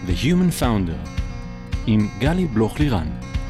The Human Founder עם גלי בלוך-לירן.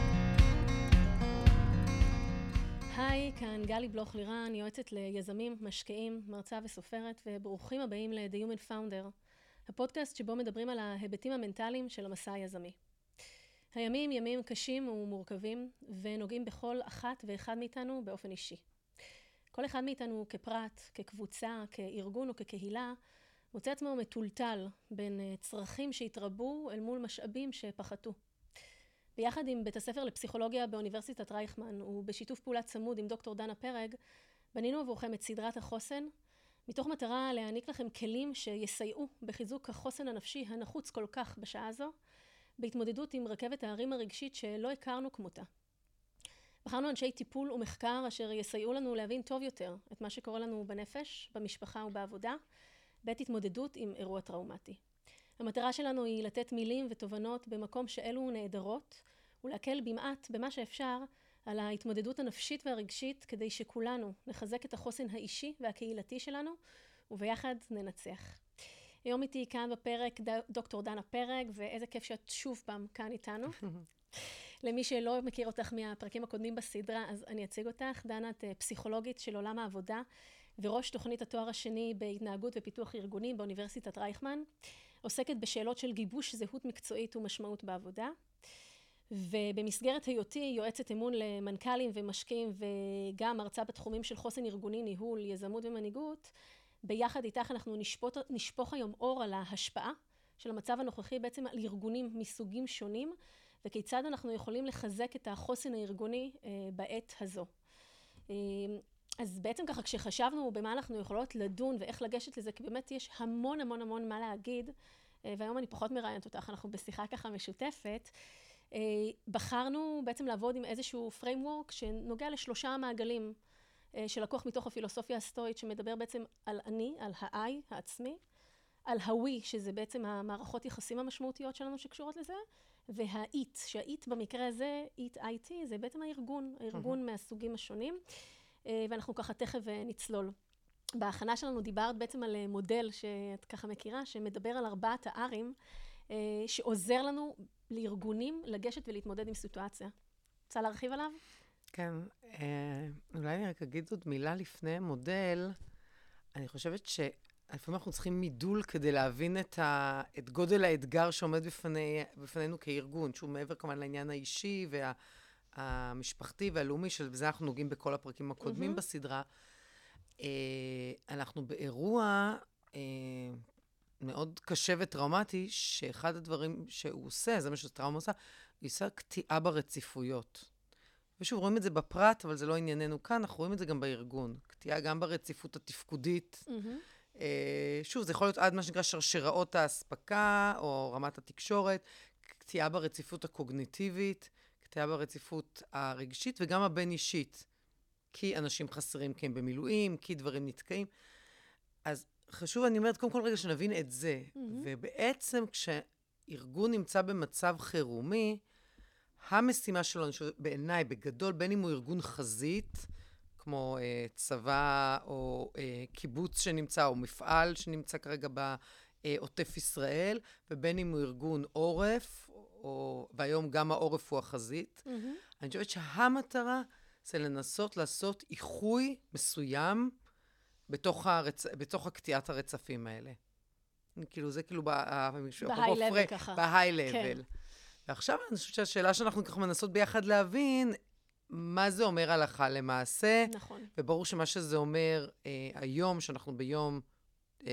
היי, כאן גלי בלוך-לירן, יועצת ליזמים, משקיעים, מרצה וסופרת, וברוכים הבאים ל-The Human Founder, הפודקאסט שבו מדברים על ההיבטים המנטליים של המסע היזמי. הימים ימים קשים ומורכבים, ונוגעים בכל אחת ואחד מאיתנו באופן אישי. כל אחד מאיתנו כפרט, כקבוצה, כארגון או כקהילה, מוצא עצמו מטולטל בין צרכים שהתרבו אל מול משאבים שפחתו. ביחד עם בית הספר לפסיכולוגיה באוניברסיטת רייכמן ובשיתוף פעולה צמוד עם דוקטור דנה פרג, בנינו עבורכם את סדרת החוסן, מתוך מטרה להעניק לכם כלים שיסייעו בחיזוק החוסן הנפשי הנחוץ כל כך בשעה זו, בהתמודדות עם רכבת ההרים הרגשית שלא הכרנו כמותה. בחרנו אנשי טיפול ומחקר אשר יסייעו לנו להבין טוב יותר את מה שקורה לנו בנפש, במשפחה ובעבודה, בעת התמודדות עם אירוע טראומטי. המטרה שלנו היא לתת מילים ותובנות במקום שאלו נהדרות, ולהקל במעט במה שאפשר על ההתמודדות הנפשית והרגשית, כדי שכולנו נחזק את החוסן האישי והקהילתי שלנו, וביחד ננצח. היום איתי כאן בפרק דוקטור דנה פרג, ואיזה כיף שאת שוב פעם כאן איתנו. למי שלא מכיר אותך מהפרקים הקודמים בסדרה, אז אני אציג אותך. דנה, את פסיכולוגית של עולם העבודה, וראש תוכנית התואר השני בהתנהגות ופיתוח ארגונים באוניברסיטת רייכמן. עוסקת בשאלות של גיבוש זהות מקצועית ומשמעות בעבודה. ובמסגרת היותי יועצת אמון למנכ"לים ומשקיעים, וגם מרצה בתחומים של חוסן ארגוני, ניהול, יזמות ומנהיגות, ביחד איתך אנחנו נשפוך היום אור על ההשפעה של המצב הנוכחי בעצם על ארגונים מסוגים שונים, וכיצד אנחנו יכולים לחזק את החוסן הארגוני בעת הזו. אז בעצם ככה כשחשבנו במה אנחנו יכולות לדון ואיך לגשת לזה, כי באמת יש המון המון המון מה להגיד, והיום אני פחות מראיינת אותך, אנחנו בשיחה ככה משותפת, בחרנו בעצם לעבוד עם איזשהו framework שנוגע לשלושה מעגלים, שלקוח מתוך הפילוסופיה הסטואית, שמדבר בעצם על אני, על ה-I, העצמי, על ה-we, שזה בעצם המערכות יחסים המשמעותיות שלנו שקשורות לזה, וה-it, שה-it במקרה הזה, it, זה בעצם הארגון מהסוגים השונים, ואנחנו ככה תכף נצלול. בהכנה שלנו דיברת בעצם על מודל שאת ככה מכירה, שמדבר על 4 הארים, שעוזר לנו לארגונים לגשת ולהתמודד עם סיטואציה. רוצה להרחיב עליו? כן, אולי אני רק אגיד עוד מילה לפני מודל. אני חושבת שלפעמים אנחנו צריכים מידול כדי להבין את גודל האתגר שעומד בפנינו כארגון, שהוא מעבר כמובן לעניין האישי והמשפחתי והלאומי, שבזה אנחנו נוגעים בכל הפרקים הקודמים בסדרה. אנחנו באירוע מאוד קשה וטראומטי, שאחד הדברים שהוא עושה, זה מה שטראומה עושה, הוא עושה קטיעה ברציפויות. ושוב, רואים את זה בפרט, אבל זה לא ענייננו כאן, אנחנו רואים את זה גם בארגון. קטיעה גם ברציפות התפקודית. שוב, זה יכול להיות עד מה שנקרא שרשראות האספקה, או רמת התקשורת, קטיעה ברציפות הקוגניטיבית, קטיעה ברציפות הרגשית, וגם הבין-אישית. כי אנשים חסרים, כי הם במילואים, כי דברים נתקעים. אז חשוב, אני אומרת, קודם כל רגע שנבין את זה. ובעצם כשארגון נמצא במצב חירומי, המשימה שלנו, בעיניי, בגדול, בין אם הוא ארגון חזית, כמו צבא או קיבוץ שנמצא, או מפעל שנמצא כרגע בעוטף ישראל, ובין אם הוא ארגון עורף, והיום גם העורף הוא החזית. אני חושבת שהמטרה זה לנסות לעשות איחוי מסוים בתוך הקטיעת הרצפים האלה. כאילו, זה כאילו בהיי-לבל ככה. בהיי-לבל. ועכשיו אני חושבת שהשאלה שאנחנו ככה מנסות ביחד להבין, מה זה אומר הלכה למעשה. נכון. וברור שמה שזה אומר היום, שאנחנו ביום 19-20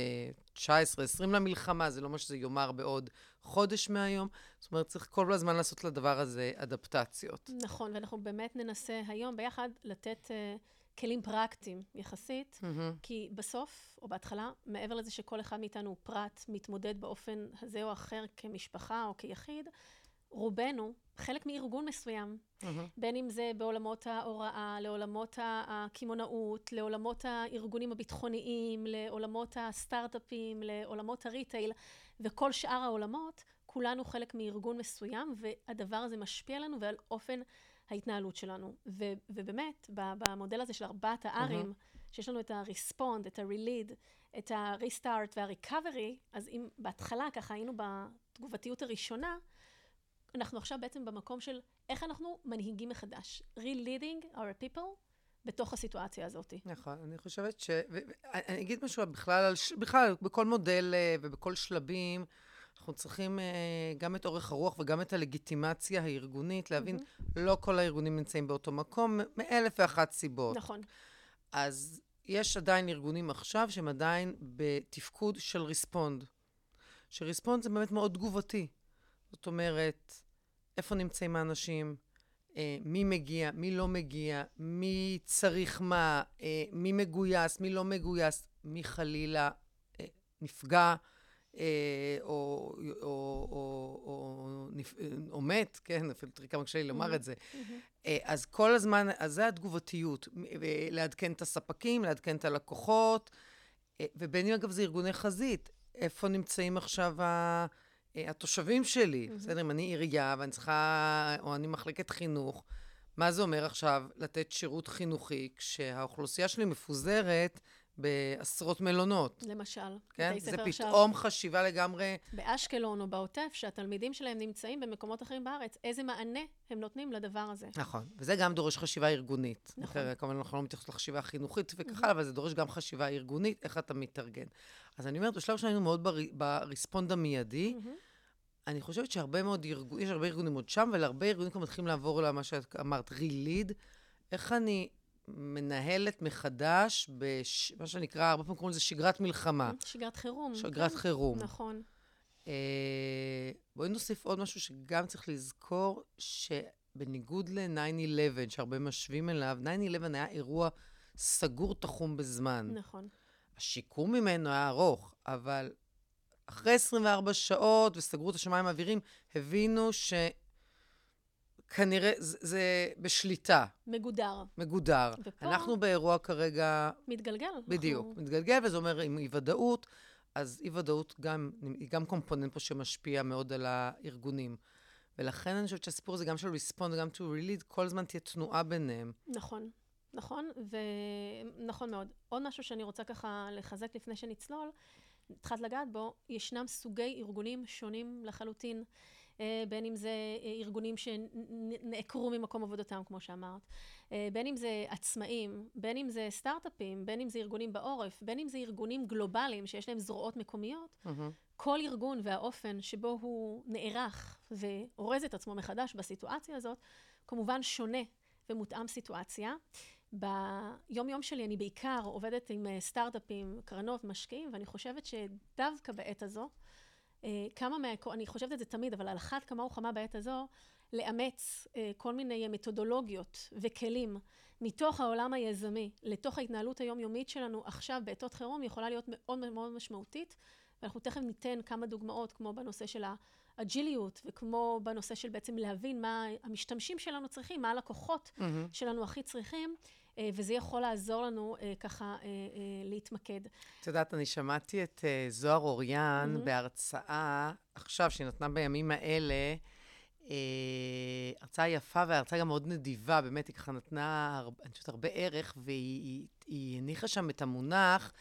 למלחמה, זה לא מה שזה יאמר בעוד חודש מהיום. זאת אומרת, צריך כל הזמן לעשות לדבר הזה אדפטציות. נכון, ואנחנו באמת ננסה היום ביחד לתת כלים פרקטיים יחסית, כי בסוף, או בהתחלה, מעבר לזה שכל אחד מאיתנו הוא פרט, מתמודד באופן הזה או אחר כמשפחה או כיחיד, רובנו חלק מארגון מסוים, בין אם זה בעולמות ההוראה, לעולמות הכימונאות, לעולמות הארגונים הביטחוניים, לעולמות הסטארט-אפים, לעולמות הריטייל, וכל שאר העולמות, כולנו חלק מארגון מסוים, והדבר הזה משפיע לנו ועל אופן ההתנהלות שלנו. ובאמת, במודל הזה של 4 הארים, שיש לנו את ה-respond, את ה-relead, את ה-restart וה-recovery, אז אם בהתחלה ככה היינו התגובתיות הראשונה, אנחנו עכשיו בעצם במקום של איך אנחנו מנהיגים מחדש. Re-leading our people בתוך הסיטואציה הזאת. נכון, אני חושבת אני אגיד משהו בכלל, בכל מודל ובכל שלבים, אנחנו צריכים גם את אורך הרוח וגם את הלגיטימציה הארגונית, להבין, לא כל הארגונים נמצאים באותו מקום, מאלף ואחת סיבות. נכון. אז יש עדיין ארגונים עכשיו שהם עדיין בתפקוד של ריספונד. שריספונד זה באמת מאוד תגובתי. זאת אומרת, איפה נמצאים האנשים, מי מגיע, מי לא מגיע, מי צריך מה, מי מגויס, מי לא מגויס, מי חלילה נפגע או מת, כן, אפילו תראי כמה קשה לי לומר את זה. אז כל הזמן, אז זה התגובתיות, לעדכן את הספקים, לעדכן את הלקוחות, ובין אם אגב זה ארגוני חזית, איפה נמצאים עכשיו התושבים שלי, בסדר, אם אני עירייה ואני צריכה, או אני מחלקת חינוך, מה זה אומר עכשיו לתת שירות חינוכי כשהאוכלוסייה שלי מפוזרת בעשרות מלונות? למשל. כן? זה פתאום חשיבה לגמרי. באשקלון או בעוטף, שהתלמידים שלהם נמצאים במקומות אחרים בארץ, איזה מענה הם נותנים לדבר הזה? נכון, וזה גם דורש חשיבה ארגונית. נכון. כמובן, אנחנו לא מתייחסות לחשיבה החינוכית וככה, אבל זה דורש גם חשיבה ארגונית, איך אתה מתארגן. אז אני אומרת, בשלב שהיינו מאוד ברספונד המיידי, אני חושבת שהרבה מאוד יש הרבה ארגונים עוד שם, ולהרבה ארגונים כבר מתחילים לעבור למה שאת אמרת, re-lead, איך אני מנהלת מחדש מה שנקרא, הרבה פעמים קוראים לזה שגרת מלחמה. שגרת חירום. שגרת חירום. נכון. בואי נוסיף עוד משהו שגם צריך לזכור, שבניגוד ל-9/11, שהרבה משווים אליו, 9/11 היה אירוע סגור תחום בזמן. נכון. השיקום ממנו היה ארוך, אבל אחרי 24 שעות וסגרו את השמיים האווירים, הבינו שכנראה זה בשליטה. מגודר. ופה אנחנו באירוע כרגע מתגלגל. בדיוק, מתגלגל, וזה אומר עם אי-ודאות, אז אי-ודאות היא גם קומפוננט פה שמשפיע מאוד על הארגונים. ולכן אני חושבת שהסיפור הזה גם של respond וגם to relead, כל הזמן תהיה תנועה ביניהם. נכון. נכון, ונכון מאוד. עוד משהו שאני רוצה ככה לחזק לפני שנצלול, התחלת לגעת בו, ישנם סוגי ארגונים שונים לחלוטין, בין אם זה ארגונים שנעקרו ממקום עבודתם, כמו שאמרת, בין אם זה עצמאים, בין אם זה סטארט-אפים, בין אם זה ארגונים בעורף, בין אם זה ארגונים גלובליים שיש להם זרועות מקומיות, כל ארגון והאופן שבו הוא נערך ואורז את עצמו מחדש בסיטואציה הזאת, כמובן שונה ומותאם סיטואציה. ביום שלי אני בעיקר עובדת עם סטארט-אפים, קרנות, משקיעים, ואני חושבת שדווקא בעת הזו, אני חושבת את זה תמיד, אבל על אחת כמה וכמה בעת הזו, לאמץ כל מיני מתודולוגיות וכלים מתוך העולם היזמי, לתוך ההתנהלות היומיומית שלנו עכשיו בעתות חירום, יכולה להיות מאוד מאוד משמעותית, ואנחנו תכף ניתן כמה דוגמאות, כמו בנושא של האג'יליות, וכמו בנושא של בעצם להבין מה המשתמשים שלנו צריכים, מה הלקוחות שלנו הכי צריכים, וזה יכול לעזור לנו ככה להתמקד. את יודעת, אני שמעתי את זוהר אוריאן בהרצאה, עכשיו שהיא נתנה בימים האלה, הרצאה יפה והרצאה גם מאוד נדיבה, באמת היא ככה נתנה, אני חושבת, הרבה ערך, והיא הניחה שם את המונח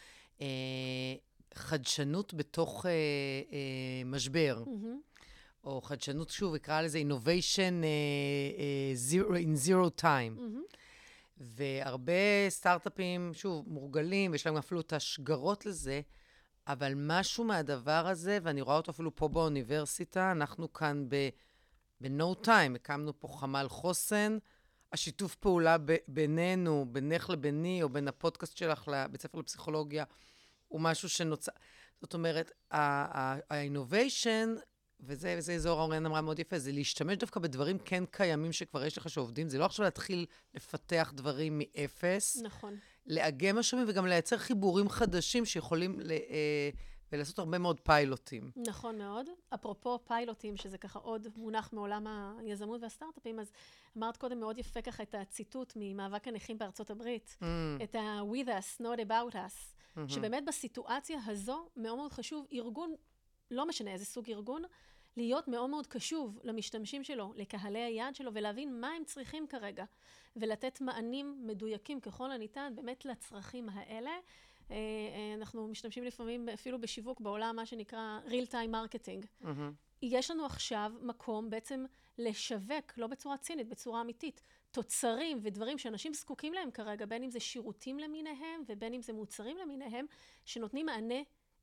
חדשנות בתוך משבר. או חדשנות, שוב, יקרא לזה innovation in zero time. והרבה סטארט-אפים, שוב, מורגלים, ויש להם אפילו את השגרות לזה, אבל משהו מהדבר הזה, ואני רואה אותו אפילו פה באוניברסיטה, אנחנו כאן ב-no time, הקמנו פה חמ"ל חוסן, השיתוף פעולה בינינו, בינך לביני, או בין הפודקאסט שלך לבית ספר לפסיכולוגיה, הוא משהו שנוצר. זאת אומרת, ה-innovation, וזה זוהר אוריאן אמרה מאוד יפה, זה להשתמש דווקא בדברים כן קיימים שכבר יש לך שעובדים, זה לא עכשיו להתחיל לפתח דברים מאפס. נכון. לאגם משאבים וגם לייצר חיבורים חדשים שיכולים ולעשות הרבה מאוד פיילוטים. נכון מאוד. אפרופו פיילוטים, שזה ככה עוד מונח מעולם היזמות והסטארט-אפים, אז אמרת קודם מאוד יפה ככה את הציטוט ממאבק הנכים בארצות הברית, את ה-with us, not about us, שבאמת בסיטואציה הזו מאוד מאוד חשוב ארגון, לא משנה איזה סוג ארגון, להיות מאוד מאוד קשוב למשתמשים שלו, לקהלי היעד שלו, ולהבין מה הם צריכים כרגע, ולתת מענים מדויקים ככל הניתן, באמת לצרכים האלה. אנחנו משתמשים לפעמים אפילו בשיווק בעולם, מה שנקרא real time marketing. יש לנו עכשיו מקום בעצם לשווק, לא בצורה צינית, בצורה אמיתית, תוצרים ודברים שאנשים זקוקים להם כרגע, בין אם זה שירותים למיניהם ובין אם זה מוצרים למיניהם, שנותנים מענה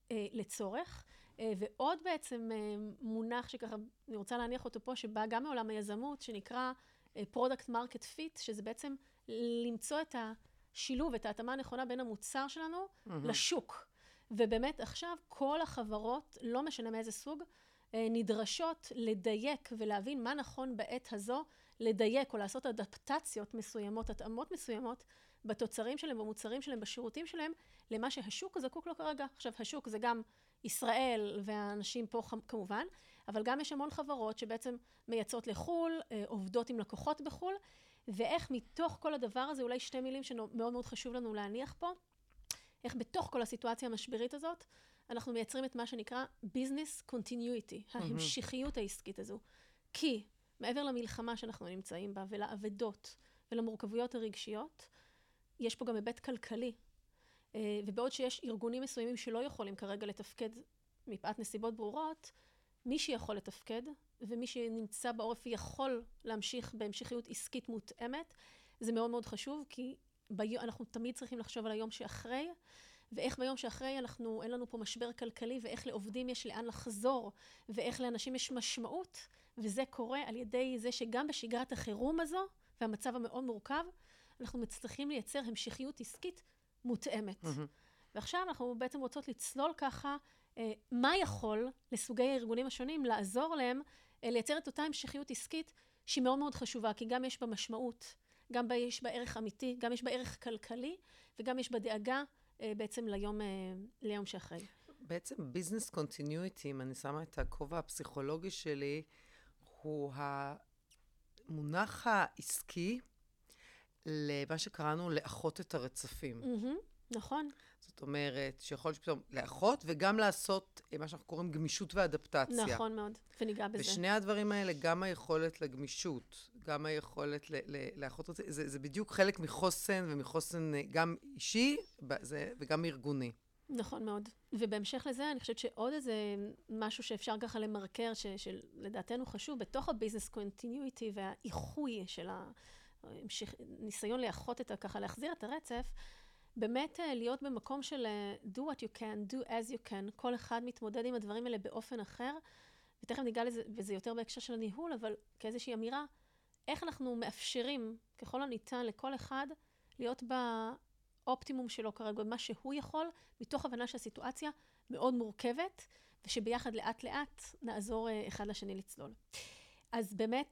לצורך. ועוד בעצם מונח שככה אני רוצה להניח אותו פה, שבא גם מעולם היזמות, שנקרא Product Market Fit, שזה בעצם למצוא את השילוב, את ההתאמה הנכונה בין המוצר שלנו לשוק. ובאמת עכשיו כל החברות, לא משנה מאיזה סוג, נדרשות לדייק ולהבין מה נכון בעת הזו, לדייק או לעשות אדפטציות מסוימות, התאמות מסוימות, בתוצרים שלהם, במוצרים שלהם, בשירותים שלהם, למה שהשוק זקוק לו כרגע. עכשיו, השוק זה גם ישראל והאנשים פה כמובן, אבל גם יש המון חברות שבעצם מייצאות לחול, עובדות עם לקוחות בחול, ואיך מתוך כל הדבר הזה, אולי שתי מילים שמאוד מאוד חשוב לנו להניח פה, איך בתוך כל הסיטואציה המשברית הזאת, אנחנו מייצרים את מה שנקרא business continuity, ההמשכיות העסקית הזו. כי מעבר למלחמה שאנחנו נמצאים בה, ולעבדות, ולמורכבויות הרגשיות, יש פה גם היבט כלכלי. ובעוד שיש ארגונים מסוימים שלא יכולים כרגע לתפקד מפאת נסיבות ברורות, מי שיכול לתפקד, ומי שנמצא בעורף יכול להמשיך בהמשכיות עסקית מותאמת, זה מאוד מאוד חשוב, כי אנחנו תמיד צריכים לחשוב על היום שאחרי, ואיך ביום שאחרי אין לנו פה משבר כלכלי, ואיך לעובדים יש לאן לחזור, ואיך לאנשים יש משמעות, וזה קורה על ידי זה שגם בשגרת החירום הזו, והמצב המאוד מורכב, אנחנו מצליחים לייצר המשכיות עסקית מותאמת. ועכשיו אנחנו בעצם רוצות לצלול ככה, מה יכול לסוגי הארגונים השונים לעזור להם לייצר את אותה המשכיות עסקית שהיא מאוד מאוד חשובה, כי גם יש בה משמעות, גם יש בה ערך אמיתי, גם יש בה ערך כלכלי, וגם יש בה דאגה בעצם ליום שאחרי. בעצם ביזנס קונטיניויטי, אם אני שמה את הכובע הפסיכולוגי שלי, הוא המונח העסקי למה שקראנו לאחות את הרצפים. נכון. זאת אומרת, שיכול להיות פתאום לאחות וגם לעשות מה שאנחנו קוראים גמישות ואדפטציה. נכון מאוד, וניגע בזה. ושני הדברים האלה, גם היכולת לגמישות, גם היכולת לאחות את זה, זה בדיוק חלק מחוסן ומחוסן גם אישי וגם ארגוני. נכון מאוד. ובהמשך לזה, אני חושבת שעוד איזה משהו שאפשר ככה למרקר, שלדעתנו חשוב, בתוך הביזנס קונטיניויטי והאיחוי של הניסיון לאחות את ככה, להחזיר את הרצף, באמת להיות במקום של do what you can, do as you can, כל אחד מתמודד עם הדברים האלה באופן אחר, ותכף ניגע לזה, וזה יותר בהקשר של הניהול, אבל כאיזושהי אמירה, איך אנחנו מאפשרים ככל הניתן לכל אחד להיות באופטימום שלו כרגע, במה שהוא יכול, מתוך הבנה שהסיטואציה מאוד מורכבת, ושביחד לאט לאט נעזור אחד לשני לצלול. אז באמת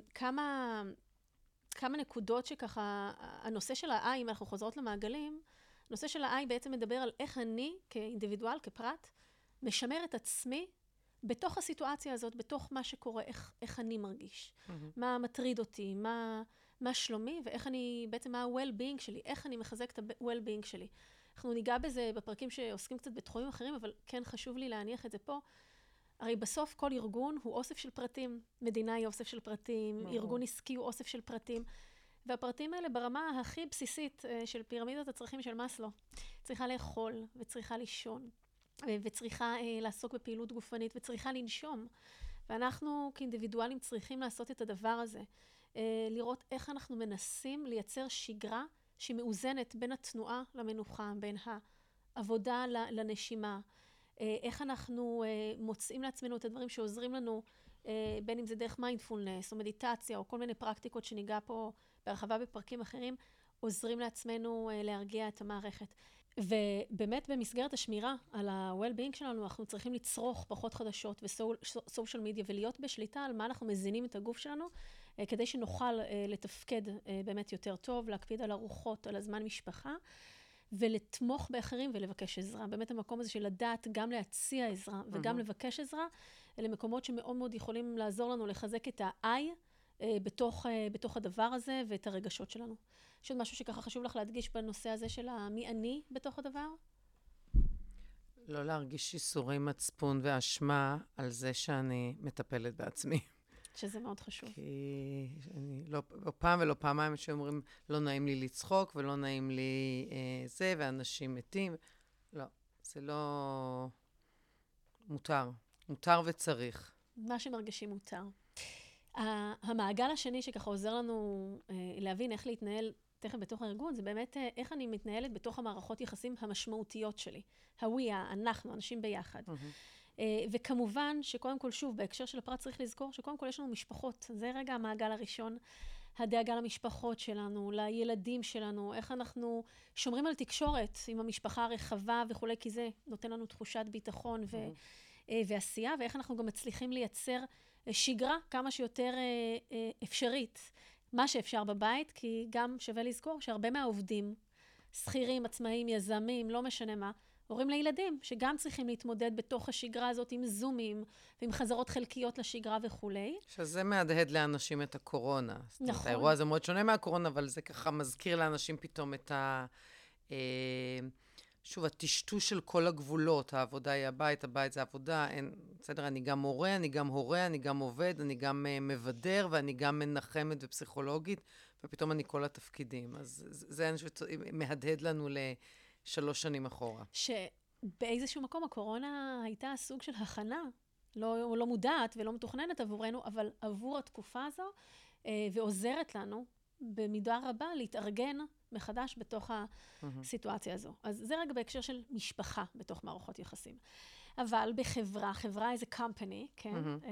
כמה נקודות שככה, הנושא של ה-I, אם אנחנו חוזרות למעגלים, הנושא של ה-I בעצם מדבר על איך אני, כאינדיבידואל, כפרט, משמר את עצמי בתוך הסיטואציה הזאת, בתוך מה שקורה, איך אני מרגיש, מה מטריד אותי, מה שלומי, ואיך אני, בעצם מה ה-well-being שלי, איך אני מחזק את ה-well-being שלי. אנחנו ניגע בזה בפרקים שעוסקים קצת בתחומים אחרים, אבל כן חשוב לי להניח את זה פה. הרי בסוף כל ארגון הוא אוסף של פרטים, מדינה היא אוסף של פרטים, ארגון עסקי הוא אוסף של פרטים, והפרטים האלה ברמה הכי בסיסית של פירמידת הצרכים של מאסלו, צריכה לאכול וצריכה לישון, וצריכה לעסוק בפעילות גופנית וצריכה לנשום, ואנחנו כאינדיבידואלים צריכים לעשות את הדבר הזה, לראות איך אנחנו מנסים לייצר שגרה שהיא מאוזנת בין התנועה למנוחה, בין העבודה לנשימה, איך אנחנו מוצאים לעצמנו את הדברים שעוזרים לנו, בין אם זה דרך מיינדפולנס או מדיטציה או כל מיני פרקטיקות שניגע פה בהרחבה בפרקים אחרים, עוזרים לעצמנו להרגיע את המערכת. ובאמת במסגרת השמירה על ה-well-being שלנו, אנחנו צריכים לצרוך פחות חדשות וסושיאל מדיה ולהיות בשליטה על מה אנחנו מזינים את הגוף שלנו, כדי שנוכל לתפקד באמת יותר טוב, להקפיד על ארוחות, על הזמן משפחה, ולתמוך באחרים ולבקש עזרה. באמת המקום הזה של לדעת גם להציע עזרה וגם לבקש עזרה, אלה מקומות שמאוד מאוד יכולים לעזור לנו לחזק את ה-I בתוך הדבר הזה ואת הרגשות שלנו. יש עוד משהו שככה חשוב לך להדגיש בנושא הזה של מי אני בתוך הדבר? לא להרגיש איסורי מצפון ואשמה על זה שאני מטפלת בעצמי. שזה מאוד חשוב. כי אני לא פעם ולא פעמיים שאומרים, לא נעים לי לצחוק ולא נעים לי זה, ואנשים מתים. לא, זה לא מותר. מותר וצריך. מה שמרגישים מותר. המעגל השני שככה עוזר לנו להבין איך להתנהל תכף בתוך הארגון, זה באמת איך אני מתנהלת בתוך המערכות יחסים המשמעותיות שלי. אנחנו, אנשים ביחד. וכמובן שקודם כל, שוב, בהקשר של הפרט צריך לזכור שקודם כל יש לנו משפחות. זה רגע המעגל הראשון, הדאגה למשפחות שלנו, לילדים שלנו, איך אנחנו שומרים על תקשורת עם המשפחה הרחבה וכולי, כי זה נותן לנו תחושת ביטחון ועשייה, ואיך אנחנו גם מצליחים לייצר שגרה כמה שיותר אפשרית, מה שאפשר בבית, כי גם שווה לזכור שהרבה מהעובדים, שכירים, עצמאים, יזמים, לא משנה מה, הורים לילדים שגם צריכים להתמודד בתוך השגרה הזאת עם זומים ועם חזרות חלקיות לשגרה וכולי. שזה מהדהד לאנשים את הקורונה. נכון. האירוע הזה מאוד שונה מהקורונה, אבל זה ככה מזכיר לאנשים פתאום את שוב, הטשטוש של כל הגבולות, העבודה היא הבית, הבית זה עבודה, בסדר, אני גם מורה, אני גם הורה, אני גם עובד, אני גם מבדר, ואני גם מנחמת ופסיכולוגית, ופתאום אני כל התפקידים. אז זה מהדהד לנו 3 שנים אחורה. שבאיזשהו מקום הקורונה הייתה סוג של הכנה, לא מודעת ולא מתוכננת עבורנו, אבל עבור התקופה הזו, ועוזרת לנו במידה רבה להתארגן מחדש בתוך הסיטואציה הזו. אז זה רגע בהקשר של משפחה בתוך מערכות יחסים. אבל חברה איזה company, כן?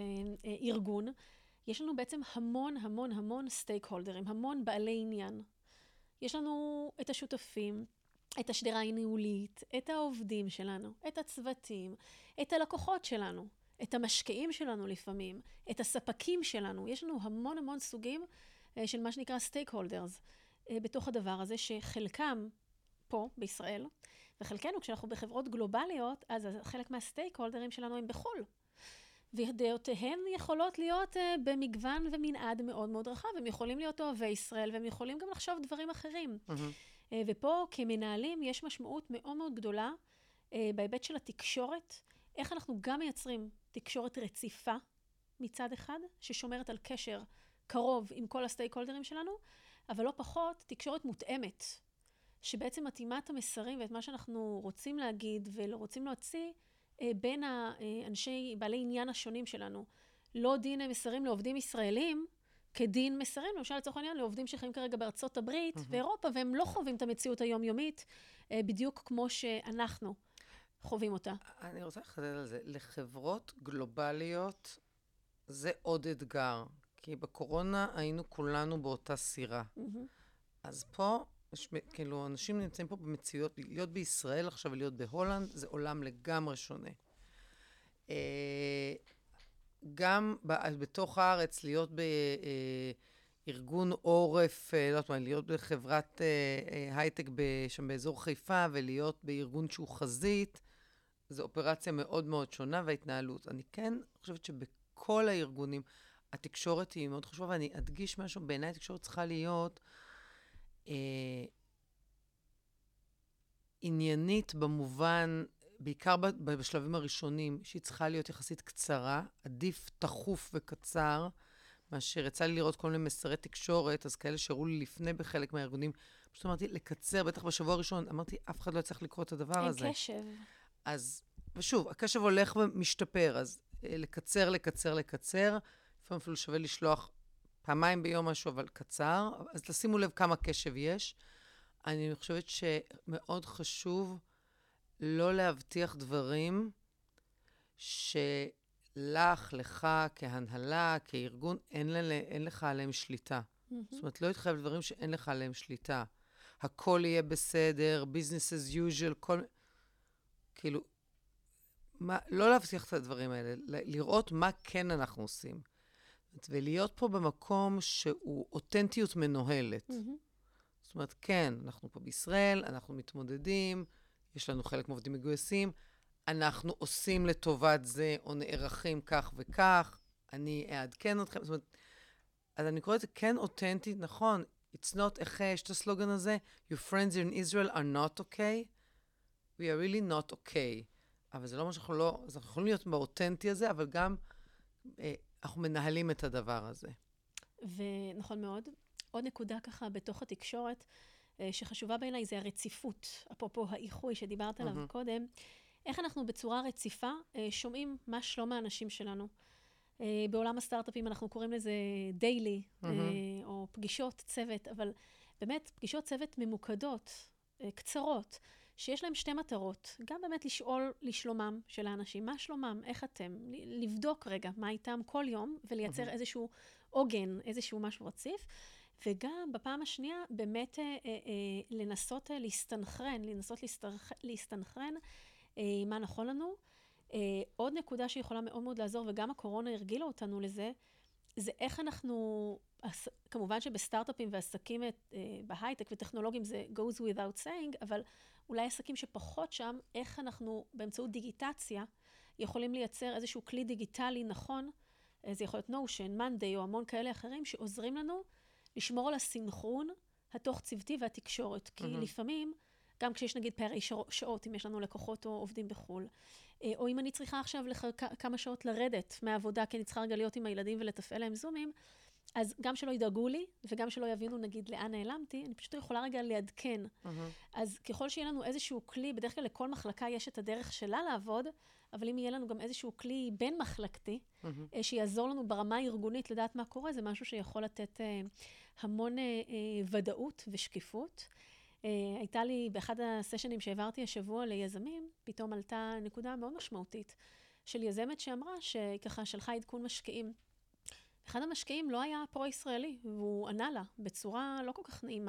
ארגון, יש לנו בעצם המון סטייק-הולדרים, המון בעלי עניין. יש לנו את השותפים, את השדרה הניהולית, את העובדים שלנו, את הצוותים, את הלקוחות שלנו, את המשקיעים שלנו לפעמים, את הספקים שלנו. יש לנו המון סוגים של מה שנקרא סטייק-הולדרס בתוך הדבר הזה, שחלקם פה בישראל, וחלקנו כשאנחנו בחברות גלובליות, אז חלק מהסטייק-הולדרים שלנו הם בחול. ודעותיהם יכולות להיות במגוון ומנעד מאוד רחב. הם יכולים להיות אוהבי ישראל, והם יכולים גם לחשוב דברים אחרים. ופה כמנהלים יש משמעות מאוד גדולה בהיבט של התקשורת, איך אנחנו גם מייצרים תקשורת רציפה מצד אחד, ששומרת על קשר קרוב עם כל הסטייק-הולדרים שלנו, אבל לא פחות תקשורת מותאמת, שבעצם מתאימה את המסרים ואת מה שאנחנו רוצים להגיד ורוצים להוציא בין האנשי בעלי עניין השונים שלנו. לא דין מסרים לעובדים ישראלים, כדין מסרים, למשל לצורך העניין, לעובדים שחיים כרגע בארצות הברית ואירופה, והם לא חווים את המציאות היומיומית, בדיוק כמו שאנחנו חווים אותה. אני רוצה לחדד על זה. לחברות גלובליות זה עוד אתגר, כי בקורונה היינו כולנו באותה סירה. אז פה, כאילו, אנשים נמצאים פה במציאות, להיות בישראל עכשיו ולהיות בהולנד, זה עולם לגמרי שונה. גם בתוך הארץ, להיות בארגון עורף, לא יודעת מה, להיות בחברת הייטק שם באזור חיפה, ולהיות בארגון שהוא חזית, זו אופרציה מאוד שונה, וההתנהלות. אני כן חושבת שבכל הארגונים, התקשורת היא מאוד חשובה, ואני אדגיש משהו, בעיניי התקשורת צריכה להיות עניינית במובן, בעיקר בשלבים הראשונים, שהיא צריכה להיות יחסית קצרה, עדיף תחוף וקצר, מאשר יצא לי לראות כל מיני מסרי תקשורת, אז כאלה שהראו לי לפני בחלק מהארגונים, פשוט אמרתי, לקצר, בטח בשבוע הראשון, אמרתי, אף אחד לא צריך לקרוא את הדבר הזה. אין קשב. אז, ושוב, הקשב הולך ומשתפר, אז לקצר, לפעמים אפילו שווה לשלוח פעמיים ביום משהו, אבל קצר, אז תשימו לב כמה קשב יש. אני חושבת שמאוד חשוב לא להבטיח דברים שלך, לך, כהנהלה, כארגון, אין לך עליהם שליטה. זאת אומרת, לא יתחייב דברים שאין לך עליהם שליטה. הכל יהיה בסדר, business as usual, כאילו, לא להבטיח את הדברים האלה, לראות מה כן אנחנו עושים. ולהיות פה במקום שהוא אותנטיות מנוהלת. זאת אומרת, כן, אנחנו פה בישראל, אנחנו מתמודדים, יש לנו חלק מעובדים מגויסים, אנחנו עושים לטובת זה, או נערכים כך וכך, אני אעדכן אתכם, זאת אומרת, אז אני קוראת את זה כן אותנטית, נכון, it's not, איך יש את הסלוגן הזה? Your friends in Israel are not okay, we are really not okay. אבל זה לא מה שאנחנו לא, אז אנחנו יכולים להיות באותנטי הזה, אבל גם אנחנו מנהלים את הדבר הזה. ונכון מאוד. עוד נקודה ככה בתוך התקשורת, שחשובה בעיניי זה הרציפות, אפרופו האיחוי שדיברת עליו קודם, איך אנחנו בצורה רציפה שומעים מה שלום האנשים שלנו. בעולם הסטארט-אפים אנחנו קוראים לזה דיילי, או פגישות צוות, אבל באמת פגישות צוות ממוקדות, קצרות, שיש להם שתי מטרות. גם באמת לשאול לשלומם של האנשים, מה שלומם, איך אתם, לבדוק רגע מה איתם כל יום, ולייצר איזשהו עוגן, איזשהו משהו רציף. וגם בפעם השנייה, באמת לנסות להסתנכרן מה נכון לנו. עוד נקודה שיכולה מאוד מאוד לעזור, וגם הקורונה הרגילה אותנו לזה, זה איך אנחנו, כמובן שבסטארט-אפים ועסקים בהייטק וטכנולוגים זה goes without saying, אבל אולי עסקים שפחות שם, איך אנחנו באמצעות דיגיטציה יכולים לייצר איזשהו כלי דיגיטלי נכון, זה יכול להיות Notion, Monday או המון כאלה אחרים, שעוזרים לנו לשמור על הסינכרון התוך צוותי והתקשורת. כי לפעמים, גם כשיש נגיד פערי שעות, אם יש לנו לקוחות או עובדים בחול, או אם אני צריכה עכשיו כמה שעות לרדת מהעבודה, כי אני צריכה רגע להיות עם הילדים ולתפעל להם זומים, אז גם שלא ידאגו לי, וגם שלא יבינו נגיד לאן נעלמתי, אני פשוט יכולה רגע לעדכן. אז ככל שיהיה לנו איזשהו כלי, בדרך כלל לכל מחלקה יש את הדרך שלה לעבוד, אבל אם יהיה לנו גם איזשהו כלי בין מחלקתי, שיעזור לנו ברמה הארגונית לדעת מה קורה, זה משהו שיכול לתת המון ודאות ושקיפות. הייתה לי באחד הסשנים שהעברתי השבוע ליזמים, פתאום עלתה נקודה מאוד משמעותית של יזמת שאמרה שככה שלחה עדכון משקיעים. אחד המשקיעים לא היה פרו-ישראלי, והוא ענה לה בצורה לא כל כך נעימה.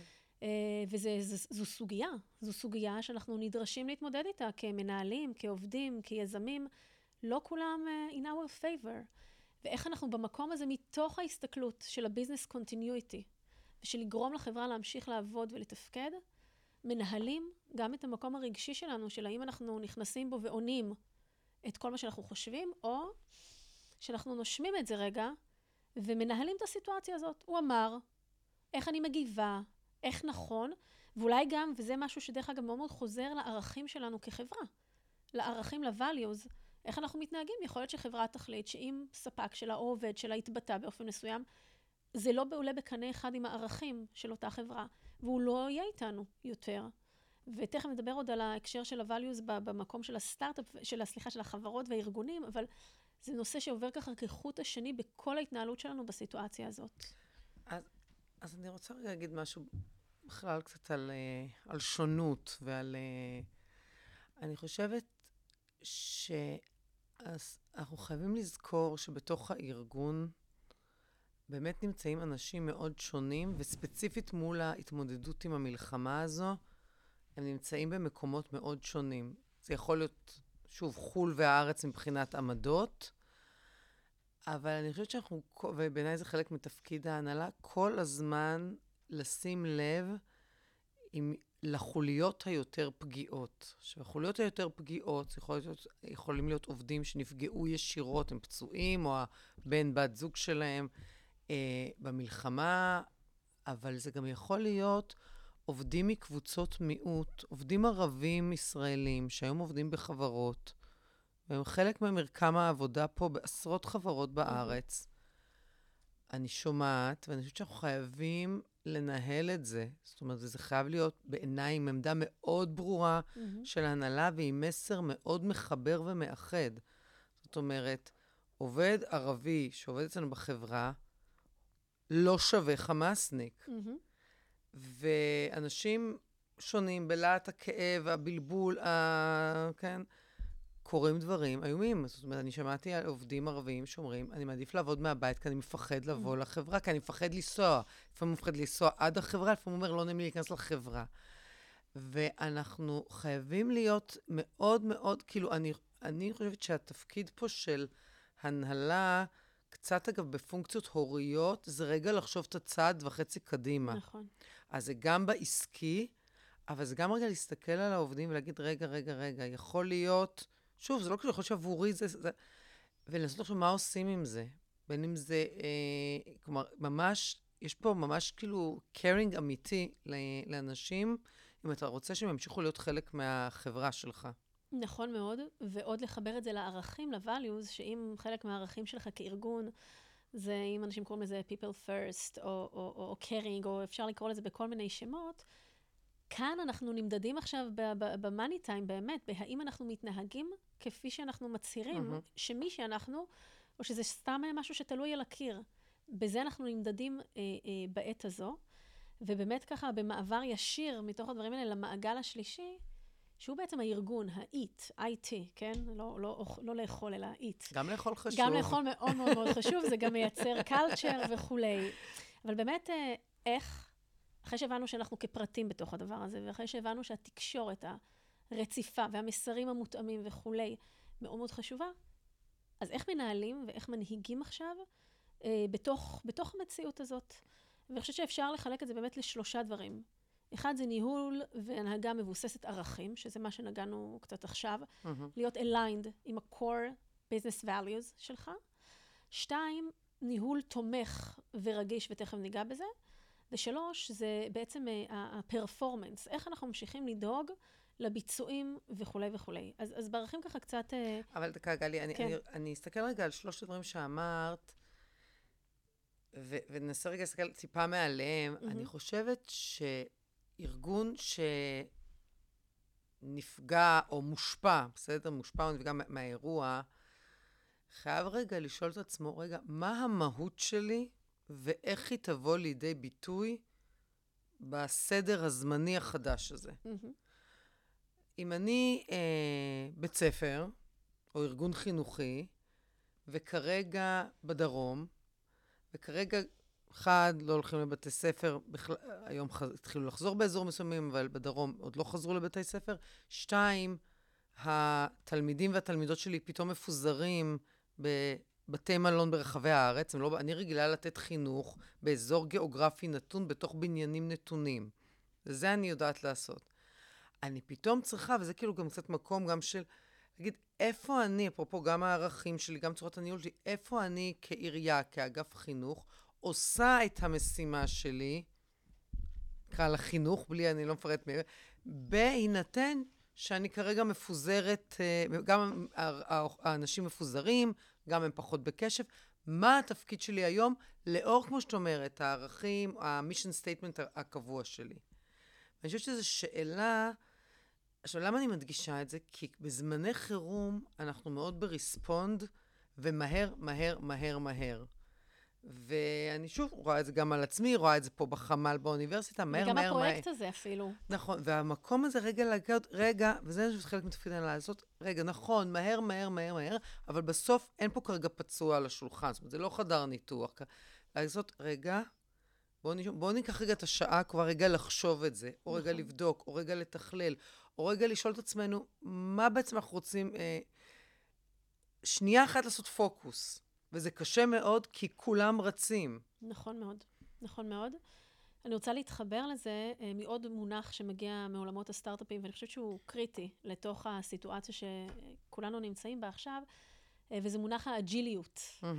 וזו סוגיה שאנחנו נדרשים להתמודד איתה כמנהלים, כעובדים, כיזמים, לא כולם in our favor. ואיך אנחנו במקום הזה מתוך ההסתכלות של הביזנס קונטיניויטי, ושל לגרום לחברה להמשיך לעבוד ולתפקד, מנהלים גם את המקום הרגשי שלנו, של האם אנחנו נכנסים בו ועונים את כל מה שאנחנו חושבים, או שאנחנו נושמים את זה רגע, ומנהלים את הסיטואציה הזאת. הוא אמר, איך אני מגיבה, איך נכון, ואולי גם, וזה משהו שדרך אגב מאוד מאוד חוזר לערכים שלנו כחברה, לערכים, ל-values, איך אנחנו מתנהגים. יכול להיות שחברה תחליט שאם ספק שלה או עובד שלה התבטא באופן מסוים, זה לא עולה בקנה אחד עם הערכים של אותה חברה, והוא לא יהיה איתנו יותר. ותכף נדבר עוד על ההקשר של ה-values במקום של הסטארט-אפ, של החברות והארגונים, אבל זה נושא שעובר ככה כחוט השני בכל ההתנהלות שלנו בסיטואציה הזאת. אז אני רוצה רגע להגיד משהו בכלל קצת על שונות ועל... אני חושבת שאנחנו חייבים לזכור שבתוך הארגון באמת נמצאים אנשים מאוד שונים, וספציפית מול ההתמודדות עם המלחמה הזו, הם נמצאים במקומות מאוד שונים. זה יכול להיות, שוב, חול והארץ מבחינת עמדות, אבל אני חושבת שאנחנו, ובעיניי זה חלק מתפקיד ההנהלה, כל הזמן לשים לב לחוליות היותר פגיעות. שהחוליות היותר פגיעות יכולים להיות עובדים שנפגעו ישירות, הם פצועים, או הבן בת זוג שלהם במלחמה, אבל זה גם יכול להיות עובדים מקבוצות מיעוט, עובדים ערבים ישראלים, שהיום עובדים בחברות, והם חלק ממרקם העבודה פה בעשרות חברות בארץ. אני שומעת, ואני חושבת שאנחנו חייבים לנהל את זה. זאת אומרת, זה חייב להיות בעיניי עם עמדה מאוד ברורה של ההנהלה, ועם מסר מאוד מחבר ומאחד. זאת אומרת, עובד ערבי שעובד אצלנו בחברה, לא שווה חמאסניק. ואנשים שונים בלהט הכאב, הבלבול, כן, קוראים דברים איומים. זאת אומרת, אני שמעתי על עובדים ערביים שאומרים, אני מעדיף לעבוד מהבית, כי אני מפחד לבוא לחברה, כי אני מפחד לנסוע. לפעמים מפחד לנסוע עד החברה, לפעמים אומר, לא נעים לי להיכנס לחברה. ואנחנו חייבים להיות מאוד מאוד, כאילו, אני חושבת שהתפקיד פה של הנהלה, קצת אגב בפונקציות הוריות, זה רגע לחשוב את הצעד וחצי קדימה. נכון. אז זה גם בעסקי, אבל זה גם רגע להסתכל על העובדים ולהגיד, רגע, יכול להיות, שוב, זה לא כאילו, יכול להיות שעבורי זה, ולנסות לחשוב מה עושים עם זה. בין אם זה, כלומר, ממש, יש פה ממש כאילו caring אמיתי לאנשים, אם אתה רוצה שהם ימשיכו להיות חלק מהחברה שלך. נכון מאוד, ועוד לחבר את זה לערכים, ל-values, שאם חלק מהערכים שלך כארגון, זה אם אנשים קוראים לזה people first, או caring, או אפשר לקרוא לזה בכל מיני שמות, כאן אנחנו נמדדים עכשיו ב-money time באמת, בהאם אנחנו מתנהגים כפי שאנחנו מצהירים, שמי שאנחנו, או שזה סתם משהו שתלוי על הקיר. בזה אנחנו נמדדים בעת הזו, ובאמת ככה במעבר ישיר מתוך הדברים האלה למעגל השלישי, שהוא בעצם הארגון, IT, כן? לא לאכול, אלא IT. גם לאכול חשוב. גם לאכול מאוד מאוד מאוד חשוב, זה גם מייצר culture וכולי. אבל באמת, איך, אחרי שהבנו שאנחנו כפרטים בתוך הדבר הזה, ואחרי שהבנו שהתקשורת הרציפה והמסרים המותאמים וכולי מאוד מאוד חשובה, אז איך מנהלים ואיך מנהיגים עכשיו בתוך המציאות הזאת? ואני חושבת שאפשר לחלק את זה באמת לשלושה דברים. אחד זה ניהול והנהגה מבוססת ערכים, שזה מה שנגענו קצת עכשיו, להיות aligned עם ה-core business values שלך. 2, ניהול תומך ורגיש, ותכף ניגע בזה. ו3, זה בעצם ה-performance, איך אנחנו ממשיכים לדאוג לביצועים וכולי וכולי. אז בערכים ככה קצת... אבל דקה, גלי, כן. אני אסתכל רגע על שלושת הדברים שאמרת, וננסה רגע להסתכל טיפה מעליהם. אני חושבת שארגון שנפגע או מושפע, בסדר? מושפע או נפגע מהאירוע, חייב רגע לשאול את עצמו, רגע, מה המהות שלי ואיך היא תבוא לידי ביטוי בסדר הזמני החדש הזה? אם אני בית ספר או ארגון חינוכי, וכרגע בדרום, וכרגע לא הולכים לבתי ספר, היום התחילו לחזור באזור מסוימים, אבל בדרום עוד לא חזרו לבתי ספר. 2, התלמידים והתלמידות שלי פתאום מפוזרים בבתי מלון ברחבי הארץ. אני רגילה לתת חינוך באזור גיאוגרפי נתון בתוך בניינים נתונים. וזה אני יודעת לעשות. אני פתאום צריכה, וזה כאילו גם קצת מקום גם של, להגיד, איפה אני, אפרופו גם הערכים שלי, גם צורת הניהול שלי, איפה אני כעירייה, כאגף חינוך, עושה את המשימה שלי, קרא לחינוך, אני לא מפרט מעבר, בהינתן שאני כרגע מפוזרת, גם האנשים מפוזרים, גם הם פחות בקשב, מה התפקיד שלי היום, לאור, כמו שאת אומרת, הערכים, המישן סטייטמנט הקבוע שלי. אני חושבת שזו שאלה, עכשיו, למה אני מדגישה את זה? כי בזמני חירום אנחנו מאוד ברספונד, ומהר, מהר, מהר, מהר. ואני שוב רואה את זה גם על עצמי, רואה את זה פה בחמ"ל באוניברסיטה, מהר, וגם מהר, מהר. וגם הפרויקט הזה אפילו. נכון, והמקום הזה רגע, וזה חלק מתפקידנו לעשות, רגע, נכון, מהר, מהר, מהר, מהר, אבל בסוף אין פה כרגע פצוע על השולחן, זאת אומרת, זה לא חדר ניתוח. לעשות, רגע, בואו ניקח רגע את השעה, כבר רגע לחשוב את זה, או רגע לבדוק, או רגע לתכלל, או רגע לשאול את עצמנו, מה בעצם אנחנו רוצים, שנייה אחת לעשות פוקוס, וזה קשה מאוד, כי כולם רצים. נכון מאוד, נכון מאוד. אני רוצה להתחבר לזה מעוד מונח שמגיע מעולמות הסטארט-אפים, ואני חושבת שהוא קריטי לתוך הסיטואציה שכולנו נמצאים בה עכשיו, וזה מונח האג'יליות,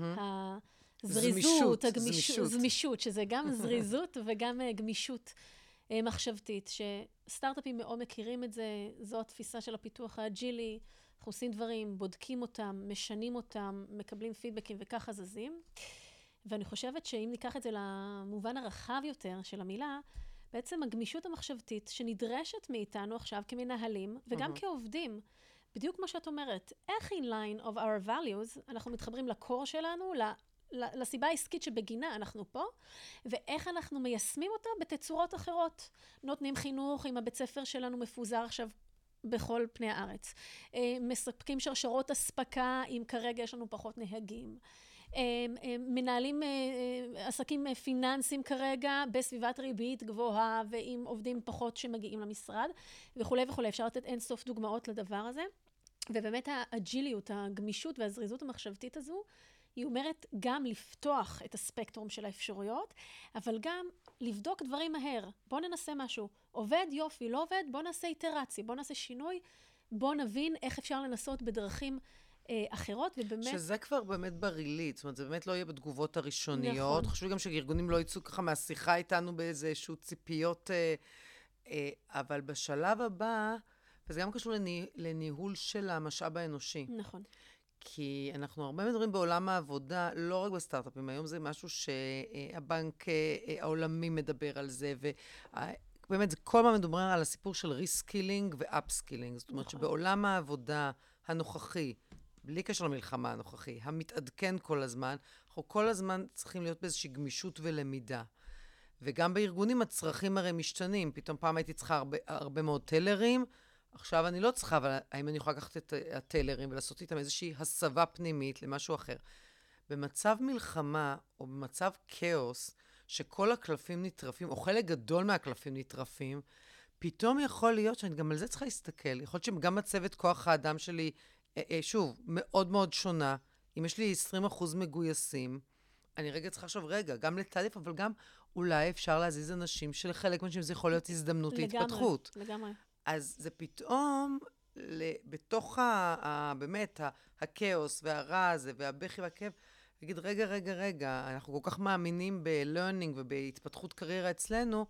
הזריזות, הגמישות, שזה גם זריזות וגם גמישות מחשבתית, שסטארט-אפים מאוד מכירים את זה, זו התפיסה של הפיתוח האג'ילי, אנחנו עושים דברים, בודקים אותם, משנים אותם, מקבלים פידבקים וככה זזים. ואני חושבת שאם ניקח את זה למובן הרחב יותר של המילה, בעצם הגמישות המחשבתית שנדרשת מאיתנו עכשיו כמנהלים וגם כעובדים, בדיוק כמו שאת אומרת, איך in line of our values אנחנו מתחברים לקור שלנו, לסיבה העסקית שבגינה אנחנו פה, ואיך אנחנו מיישמים אותה בתצורות אחרות. נותנים חינוך אם הבית ספר שלנו מפוזר עכשיו בכל פני הארץ. מספקים שרשרות אספקה אם כרגע יש לנו פחות נהגים. מנהלים עסקים פיננסיים כרגע בסביבת ריבית גבוהה ועם עובדים פחות שמגיעים למשרד וכולי וכולי. אפשר לתת אין סוף דוגמאות לדבר הזה. ובאמת האג'יליות, הגמישות והזריזות המחשבתית הזו, היא אומרת גם לפתוח את הספקטרום של האפשרויות, אבל גם לבדוק דברים מהר. בוא ננסה משהו. עובד, יופי, לא עובד, בוא נעשה איטרציה, בוא נעשה שינוי, בוא נבין איך אפשר לנסות בדרכים אחרות, ובאמת... שזה כבר באמת ברילית, זאת אומרת, זה באמת לא יהיה בתגובות הראשוניות. נכון. חשוב גם שהארגונים לא יצאו ככה מהשיחה איתנו באיזשהו ציפיות, אבל בשלב הבא, וזה גם קשור לניהול של המשאב האנושי. נכון. כי אנחנו הרבה מדברים בעולם העבודה, לא רק בסטארט-אפים, היום זה משהו שהבנק העולמי מדבר על זה, ובאמת זה כל מה מדברים על הסיפור של ריסקילינג ואפסקילינג, זאת אומרת שבעולם העבודה הנוכחי, בלי קשר למלחמה הנוכחי, המתעדכן כל הזמן, אנחנו כל הזמן צריכים להיות באיזושהי גמישות ולמידה. וגם בארגונים הצרכים הרי משתנים. פתאום פעם הייתי צריכה הרבה מאוד טלרים, עכשיו אני לא צריכה, אבל האם אני יכולה לקחת את הטלרים ולעשות איתם איזושהי הסבה פנימית למשהו אחר. במצב מלחמה או במצב כאוס, שכל הקלפים נטרפים, או חלק גדול מהקלפים נטרפים, פתאום יכול להיות שאני גם על זה צריכה להסתכל. יכול להיות שגם מצבת כוח האדם שלי, שוב, מאוד מאוד שונה. אם יש לי 20% מגויסים, אני רגע צריכה לחשוב, גם לתעדף, אבל גם אולי אפשר להזיז אנשים שלחלק מהאנשים זה יכול להיות הזדמנות להתפתחות. לגמרי. אז זה פתאום, בתוך באמת, הכאוס והרע הזה והבכי והכאב, להגיד, רגע, אנחנו כל כך מאמינים ב-learning ובהתפתחות קריירה אצלנו,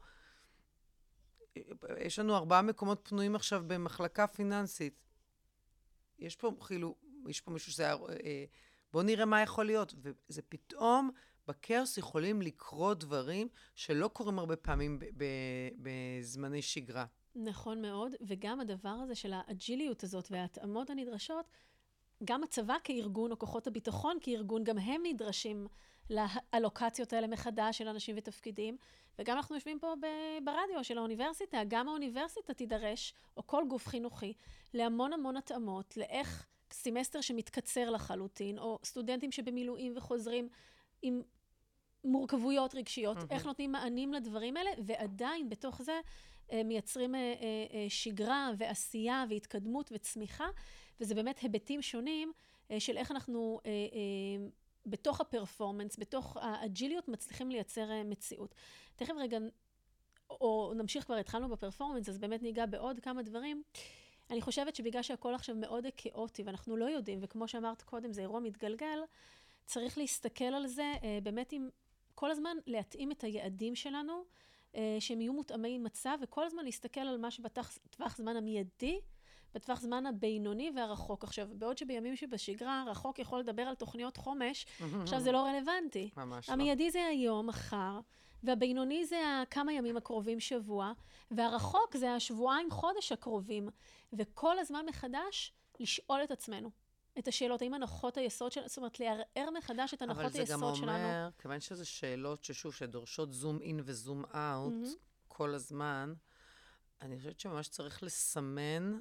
יש לנו 4 מקומות פנויים עכשיו במחלקה פיננסית. יש פה מישהו שזה היה, בוא נראה מה יכול להיות. וזה פתאום, בכאוס יכולים לקרות דברים שלא קורים הרבה פעמים בזמני שגרה. נכון מאוד, וגם הדבר הזה של האג'יליות הזאת וההתאמות הנדרשות, גם הצבא כארגון או כוחות הביטחון כארגון, גם הם נדרשים לאלוקציות האלה מחדש של אנשים ותפקידים, וגם אנחנו יושבים פה ברדיו של האוניברסיטה, גם האוניברסיטה תידרש, או כל גוף חינוכי, להמון התאמות, לאיך סמסטר שמתקצר לחלוטין, או סטודנטים שבמילואים וחוזרים עם מורכבויות רגשיות, איך נותנים מענים לדברים האלה, ועדיין בתוך זה מייצרים שגרה ועשייה והתקדמות וצמיחה, וזה באמת היבטים שונים של איך אנחנו בתוך הפרפורמנס, בתוך האג'יליות מצליחים לייצר מציאות. תכף רגע, או נמשיך כבר, התחלנו בפרפורמנס, אז באמת ניגע בעוד כמה דברים. אני חושבת שבגלל שהכל עכשיו מאוד כאוטי, ואנחנו לא יודעים, וכמו שאמרת קודם, זה אירוע מתגלגל, צריך להסתכל על זה באמת עם כל הזמן להתאים את היעדים שלנו, שהם יהיו מותאמי מצב, וכל הזמן להסתכל על מה שבטווח זמן המיידי, בטווח זמן הבינוני והרחוק. עכשיו, בעוד שבימים שבשגרה, רחוק יכול לדבר על תוכניות חומש, עכשיו זה לא רלוונטי. ממש לא. המיידי זה היום, מחר, והבינוני זה כמה ימים הקרובים, שבוע, והרחוק זה השבועיים, חודש הקרובים. וכל הזמן מחדש לשאול את עצמנו את השאלות, האם הנחות היסוד שלנו, זאת אומרת, לערער מחדש את הנחות היסוד שלנו. אבל זה גם אומר, כיוון שזה שאלות ששוב, שדורשות זום אין וזום אאוט כל הזמן, אני חושבת שממש צריך לסמן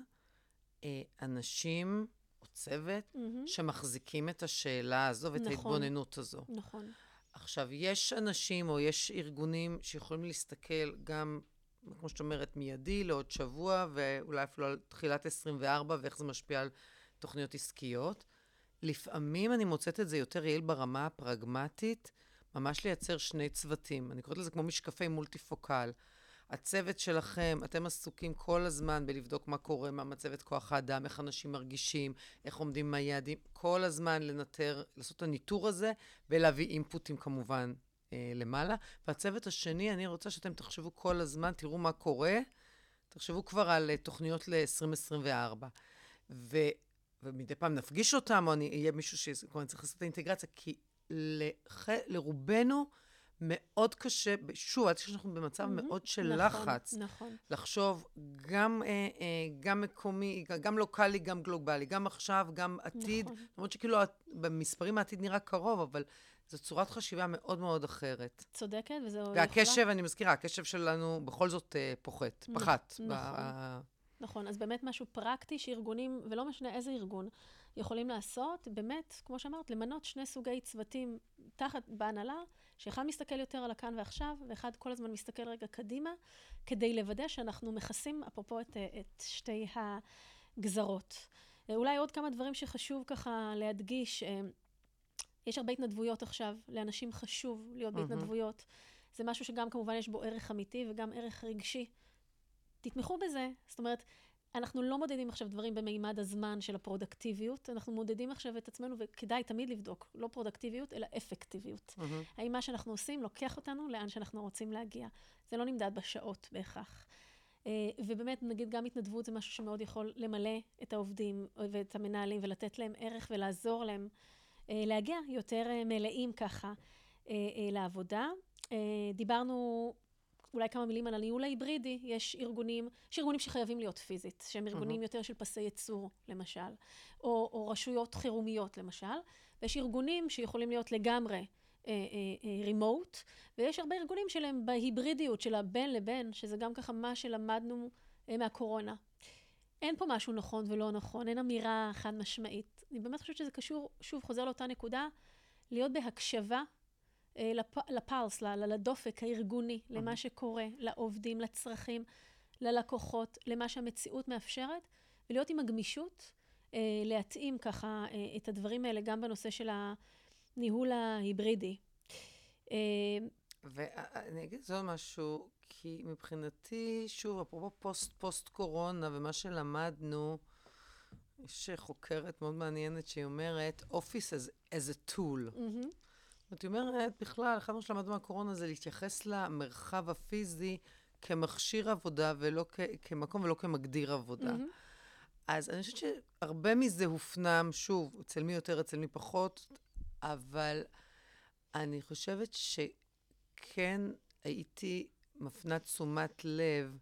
אנשים או צוות שמחזיקים את השאלה הזו ואת ההתבוננות הזו. נכון. עכשיו, יש אנשים או יש ארגונים שיכולים להסתכל גם, כמו שאת אומרת, מיידי לעוד שבוע, ואולי אפילו על תחילת 24, ואיך זה משפיע על תוכניות עסקיות. לפעמים אני מוצאת את זה יותר יעיל ברמה הפרגמטית, ממש לייצר 2 צוותים. אני קוראת לזה כמו משקפי מולטיפוקל. הצוות שלכם, אתם עסוקים כל הזמן בלבדוק מה קורה, מה מצבת כוח האדם, איך אנשים מרגישים, איך עומדים מהיעדים, כל הזמן לנטר, לעשות את הניטור הזה, ולהביא אינפוטים כמובן למעלה. והצוות השני, אני רוצה שאתם תחשבו כל הזמן, תראו מה קורה, תחשבו כבר על תוכניות ל-2024. ומדי פעם נפגיש אותם, או יהיה מישהו שכבר צריך לעשות את האינטגרציה, כי לרובנו מאוד קשה, שוב, עד שאנחנו במצב מאוד של לחץ, לחשוב גם מקומי, גם לוקלי, גם גלובלי, גם עכשיו, גם עתיד, למרות שכאילו במספרים העתיד נראה קרוב, אבל זו צורת חשיבה מאוד מאוד אחרת. צודקת, וזו יכולה... והקשב, אני מזכירה, הקשב שלנו בכל זאת פחת. נכון, אז באמת משהו פרקטי שארגונים, ולא משנה איזה ארגון, יכולים לעשות, באמת, כמו שאמרת, למנות 2 סוגי צוותים תחת בהנהלה, שאחד מסתכל יותר על הכאן ועכשיו, ואחד כל הזמן מסתכל רגע קדימה, כדי לוודא שאנחנו מכסים, אפרופו, את שתי הגזרות. אולי עוד כמה דברים שחשוב ככה להדגיש, יש הרבה התנדבויות עכשיו, לאנשים חשוב להיות בהתנדבויות. זה משהו שגם כמובן יש בו ערך אמיתי וגם ערך רגשי. תתמכו בזה, זאת אומרת, אנחנו לא מודדים עכשיו דברים במימד הזמן של הפרודקטיביות, אנחנו מודדים עכשיו את עצמנו, וכדאי תמיד לבדוק, לא פרודקטיביות, אלא אפקטיביות. האם מה שאנחנו עושים לוקח אותנו לאן שאנחנו רוצים להגיע. זה לא נמדד בשעות בהכרח. ובאמת, נגיד, גם התנדבות זה משהו שמאוד יכול למלא את העובדים ואת המנהלים, ולתת להם ערך ולעזור להם להגיע יותר מלאים ככה לעבודה. דיברנו אולי כמה מילים על הניהול ההיברידי. יש ארגונים שחייבים להיות פיזית, שהם ארגונים יותר של פסי ייצור, למשל, או רשויות חירומיות, למשל, ויש ארגונים שיכולים להיות לגמרי רימוט, ויש הרבה ארגונים שלהם בהיברידיות של הבין לבין, שזה גם ככה מה שלמדנו מהקורונה. אין פה משהו נכון ולא נכון, אין אמירה חד משמעית. אני באמת חושבת שזה קשור, שוב חוזר לאותה נקודה, להיות בהקשבה לפלס, לדופק הארגוני, למה שקורה, לעובדים, לצרכים, ללקוחות, למה שהמציאות מאפשרת, ולהיות עם הגמישות, להתאים ככה את הדברים האלה גם בנושא של הניהול ההיברידי. ואני אגיד זאת משהו, כי מבחינתי, שוב, אפרופו פוסט קורונה ומה שלמדנו, יש חוקרת מאוד מעניינת שהיא אומרת, Office as a tool. זאת אומרת, בכלל, אחד מה שלמדנו מהקורונה זה להתייחס למרחב הפיזי כמכשיר עבודה ולא כמקום ולא כמגדיר עבודה. אז אני חושבת שהרבה מזה הופנם, שוב, אצל מי יותר, אצל מי פחות, אבל אני חושבת שכן הייתי מפנה תשומת לב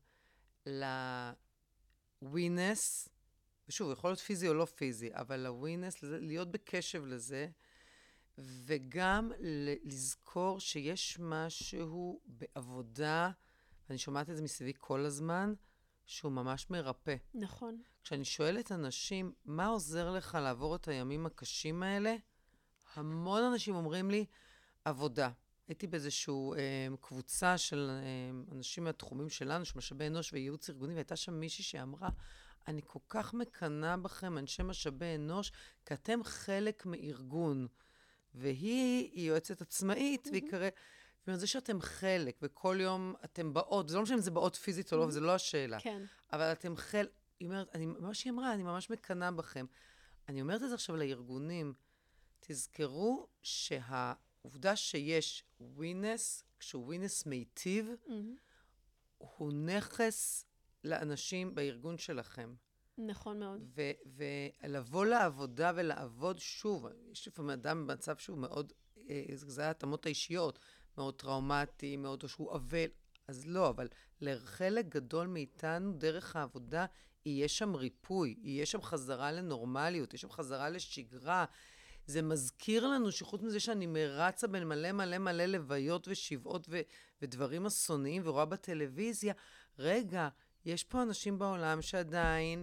לווינס, ושוב, יכול להיות פיזי או לא פיזי, אבל לווינס, להיות בקשב לזה, וגם לזכור שיש משהו בעבודה, ואני שומעת את זה מסביבי כל הזמן, שהוא ממש מרפא. נכון. כשאני שואלת אנשים, מה עוזר לך לעבור את הימים הקשים האלה? המון אנשים אומרים לי, עבודה. הייתי באיזשהו קבוצה של אנשים מהתחומים שלנו, של משאבי אנוש וייעוץ ארגוני, והייתה שם מישהי שאמרה, אני כל כך מקנה בכם, אנשי משאבי אנוש, כי אתם חלק מארגון. והיא יועצת עצמאית, והיא קרא, וזה שאתם חלק, וכל יום אתם באות, זה לא משנה אם זה באות פיזית או לא, וזה לא השאלה. כן. אבל אתם חלק, היא אומרת, מה שהיא אמרה, אני ממש מקנה בכם. אני אומרת את זה עכשיו לארגונים, תזכרו שהעובדה שיש ווינס, כשהוא ווינס מיטיב, הוא נכס לאנשים בארגון שלכם. נכון מאוד. ולבוא לעבודה ולעבוד שוב, יש לפעמים אדם במצב שהוא מאוד, זה ההתאמות האישיות, מאוד טראומטי, מאוד או שהוא אבל, אז לא, אבל לחלק גדול מאיתנו, דרך העבודה, יהיה שם ריפוי, יהיה שם חזרה לנורמליות, יש שם חזרה לשגרה. זה מזכיר לנו שחוץ מזה שאני מרצה בין מלא מלא מלא לוויות ושבעות ודברים אסוניים ורואה בטלוויזיה, רגע, יש פה אנשים בעולם שעדיין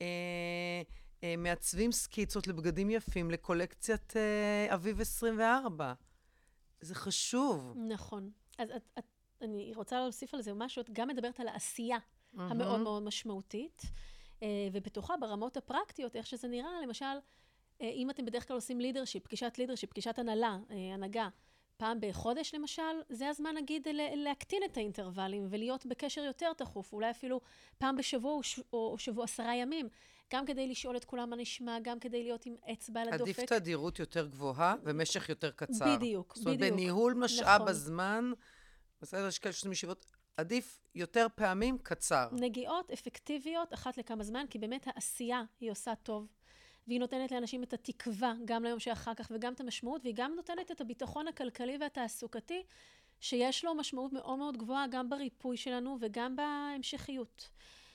מעצבים סקיצות לבגדים יפים לקולקציית אביב 24. זה חשוב. נכון. אז אני רוצה להוסיף על זה משהו, את גם מדברת על העשייה המאוד מאוד משמעותית, ובתוכה ברמות הפרקטיות, איך שזה נראה, למשל, אם אתם בדרך כלל עושים לידרשיפ, פגישת הנהגה, פעם בחודש למשל, זה הזמן נגיד להקטין את האינטרוולים ולהיות בקשר יותר תכוף, אולי אפילו פעם בשבוע או שבוע 10 ימים, גם כדי לשאול את כולם מה נשמע, גם כדי להיות עם אצבע על הדופק. עדיף תדירות יותר גבוהה ומשך יותר קצר. בדיוק. זאת אומרת, בניהול משאב הזמן, בסדר, יש כאלה שעושים ישיבות, עדיף יותר פעמים קצר. נגיעות אפקטיביות אחת לכמה זמן, כי באמת העשייה היא עושה טוב. והיא נותנת לאנשים את התקווה, גם ליום שאחר כך, וגם את המשמעות, והיא גם נותנת את הביטחון הכלכלי והתעסוקתי, שיש לו משמעות מאוד מאוד גבוהה, גם בריפוי שלנו וגם בהמשכיות.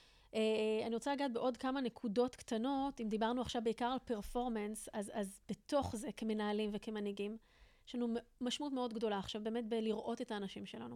אני רוצה לגעת בעוד כמה נקודות קטנות, אם דיברנו עכשיו בעיקר על פרפורמנס, אז בתוך זה כמנהלים וכמנהיגים, יש לנו משמעות מאוד גדולה עכשיו, באמת בלראות את האנשים שלנו.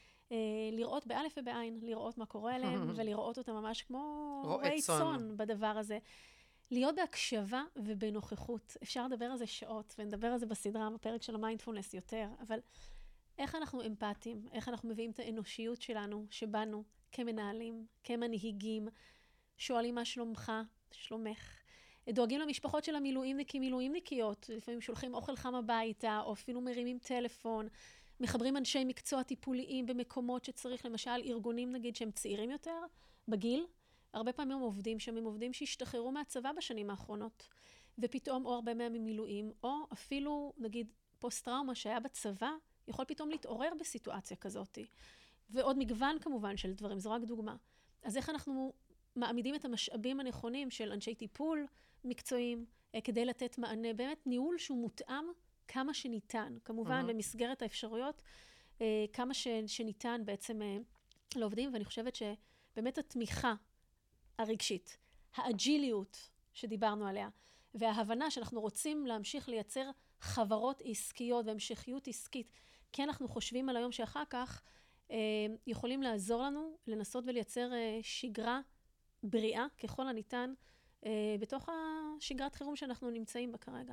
לראות באלף ובעין, לראות מה קורה להם, ולראות אותם ממש כמו רועי צאן בדבר הזה. להיות בהקשבה ובנוכחות. אפשר לדבר על זה שעות, ונדבר על זה בסדרה, בפרק של המיינדפולנס יותר, אבל איך אנחנו אמפתיים, איך אנחנו מביאים את האנושיות שלנו, שבנו כמנהלים, כמנהיגים, שואלים מה שלומך, שלומך. דואגים למשפחות של המילואימניקים, מילואימניקיות, לפעמים שולחים אוכל חם הביתה, או אפילו מרימים טלפון, מחברים אנשי מקצוע טיפוליים במקומות שצריך, למשל ארגונים נגיד שהם צעירים יותר, בגיל, הרבה פעמים עובדים שם, הם עובדים שהשתחררו מהצבא בשנים האחרונות, ופתאום או הרבה מהם ממילואים, או אפילו, נגיד, פוסט-טראומה שהיה בצבא, יכול פתאום להתעורר בסיטואציה כזאת. ועוד מגוון כמובן של דברים, זו רק דוגמה. אז איך אנחנו מעמידים את המשאבים הנכונים של אנשי טיפול מקצועיים, כדי לתת מענה, באמת ניהול שהוא מותאם כמה שניתן, כמובן במסגרת האפשרויות, כמה שניתן בעצם לעובדים, ואני חושבת שבאמת התמיכה הרגשית, האג'יליות שדיברנו עליה, וההבנה שאנחנו רוצים להמשיך לייצר חברות עסקיות והמשכיות עסקית, כי אנחנו חושבים על היום שאחר כך, יכולים לעזור לנו לנסות ולייצר שגרה בריאה ככל הניתן, בתוך השגרת חירום שאנחנו נמצאים בה כרגע.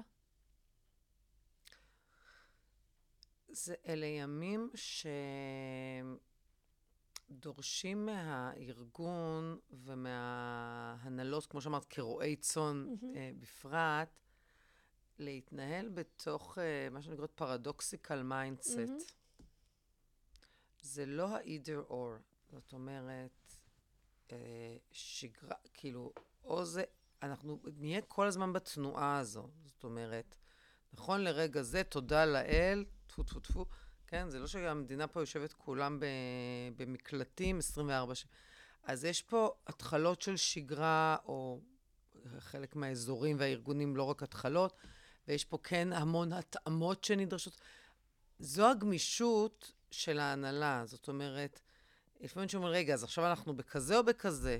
אלה ימים שדורשים מהארגון ומההנהלות, כמו שאמרת, כרועי צאן בפרט, להתנהל בתוך מה שנקרא פרדוקסיקל מיינדסט. זה לא ה-either or, זאת אומרת, שגרה, כאילו, או זה, אנחנו נהיה כל הזמן בתנועה הזו, זאת אומרת, נכון לרגע זה, תודה לאל, טפו טפו טפו, כן? זה לא שהמדינה פה יושבת כולם במקלטים 24 אז יש פה התחלות של שגרה, או חלק מהאזורים והארגונים, לא רק התחלות, ויש פה כן המון התאמות שנדרשות. זו הגמישות של ההנהלה, זאת אומרת, לפעמים שאומרים, רגע, אז עכשיו אנחנו בכזה או בכזה,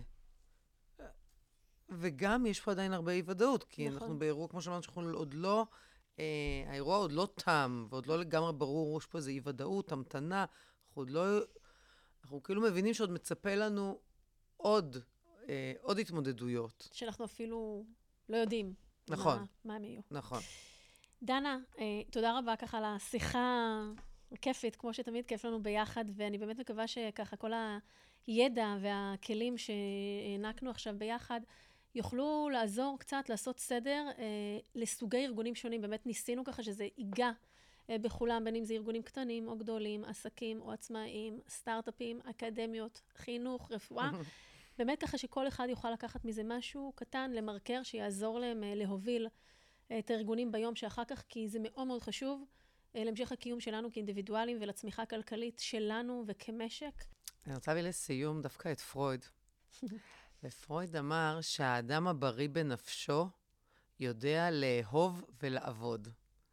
וגם יש פה עדיין הרבה אי-ודאות, כי נכון. אנחנו באירוע, כמו שאמרנו, שאנחנו עוד לא, האירוע עוד לא תם, ועוד לא לגמרי ברור, יש פה איזו אי-ודאות, המתנה, אנחנו כאילו מבינים שעוד מצפה לנו עוד התמודדויות. שאנחנו אפילו לא יודעים נכון. מה הם יהיו. נכון. דנה, תודה רבה ככה על השיחה כיפית, כמו שתמיד כיף לנו ביחד, ואני באמת מקווה שככה כל הידע והכלים שהענקנו עכשיו ביחד, יוכלו לעזור קצת, לעשות סדר לסוגי ארגונים שונים. באמת ניסינו ככה שזה ייגע בכולם, בין אם זה ארגונים קטנים או גדולים, עסקים או עצמאים, סטארט-אפים, אקדמיות, חינוך, רפואה. באמת ככה שכל אחד יוכל לקחת מזה משהו קטן, למרקר, שיעזור להם להוביל את הארגונים ביום שאחר כך, כי זה מאוד מאוד חשוב להמשך הקיום שלנו כאינדיבידואלים ולצמיחה הכלכלית שלנו וכמשק. אני רוצה להביא לסיום דווקא את פרויד. ופרויד אמר שהאדם הבריא בנפשו יודע לאהוב ולעבוד.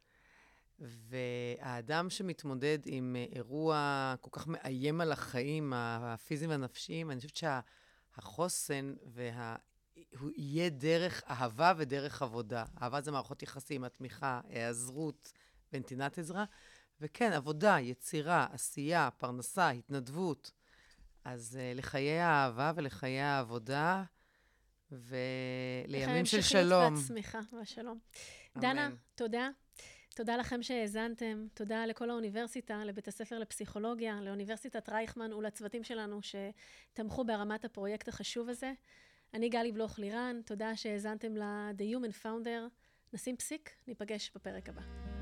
והאדם שמתמודד עם אירוע כל כך מאיים על החיים הפיזיים והנפשיים, אני חושבת שהחוסן הוא יהיה דרך אהבה ודרך עבודה. אהבה זה מערכות יחסים, התמיכה, העזרות ונתינת עזרה. וכן, עבודה, יצירה, עשייה, פרנסה, התנדבות. אז לחיי האהבה ולחיי העבודה, ולימים של שלום. לחיים המשכיות והצמיחה והשלום. דנה, תודה. תודה לכם שהאזנתם. תודה לכל האוניברסיטה, לבית הספר לפסיכולוגיה, לאוניברסיטת רייכמן ולצוותים שלנו שתמכו בהרמת הפרויקט החשוב הזה. אני גלי בלוך לירן, תודה שהאזנתם ל-The Human Founder. נשים פסיק, ניפגש בפרק הבא.